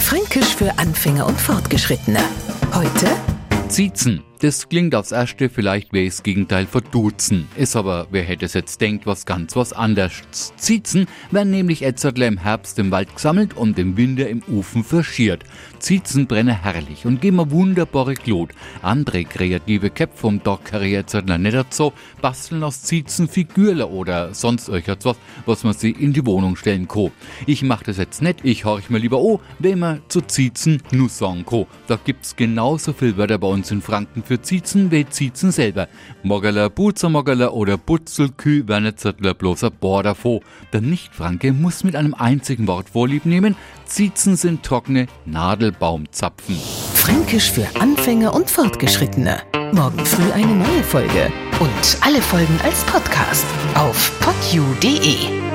Fränkisch für Anfänger und Fortgeschrittene. Heute Ziezen. Das klingt aufs Erste vielleicht wie das Gegenteil von Duzen. Ist aber, wer hätte es jetzt denkt, was anderes. Ziezen werden nämlich Ätzertler im Herbst im Wald gesammelt und im Winter im Ofen verschiert. Ziezen brennen herrlich und geben eine wunderbare Glut. Andere kreative Köpfe vom Dorfkarriere Ätzertler nicht so, basteln aus Ziezen Figürle oder sonst etwas, was man sich in die Wohnung stellen kann. Ich mach das jetzt nicht, ich horch mir lieber wenn man zu Ziezen nur sagen kann. Da gibt's genauso viel Wörter bei uns in Franken für Ziezen wie Ziezen selber. Moggerler, Buzermoggerler oder Butzelküh werden Ätzertler bloß ein paar davon. Der Nicht-Franke muss mit einem einzigen Wort Vorlieb nehmen. Ziezen sind trockene Nadelbaumzapfen. Fränkisch für Anfänger und Fortgeschrittene. Morgen früh eine neue Folge. Und alle Folgen als Podcast auf podu.de.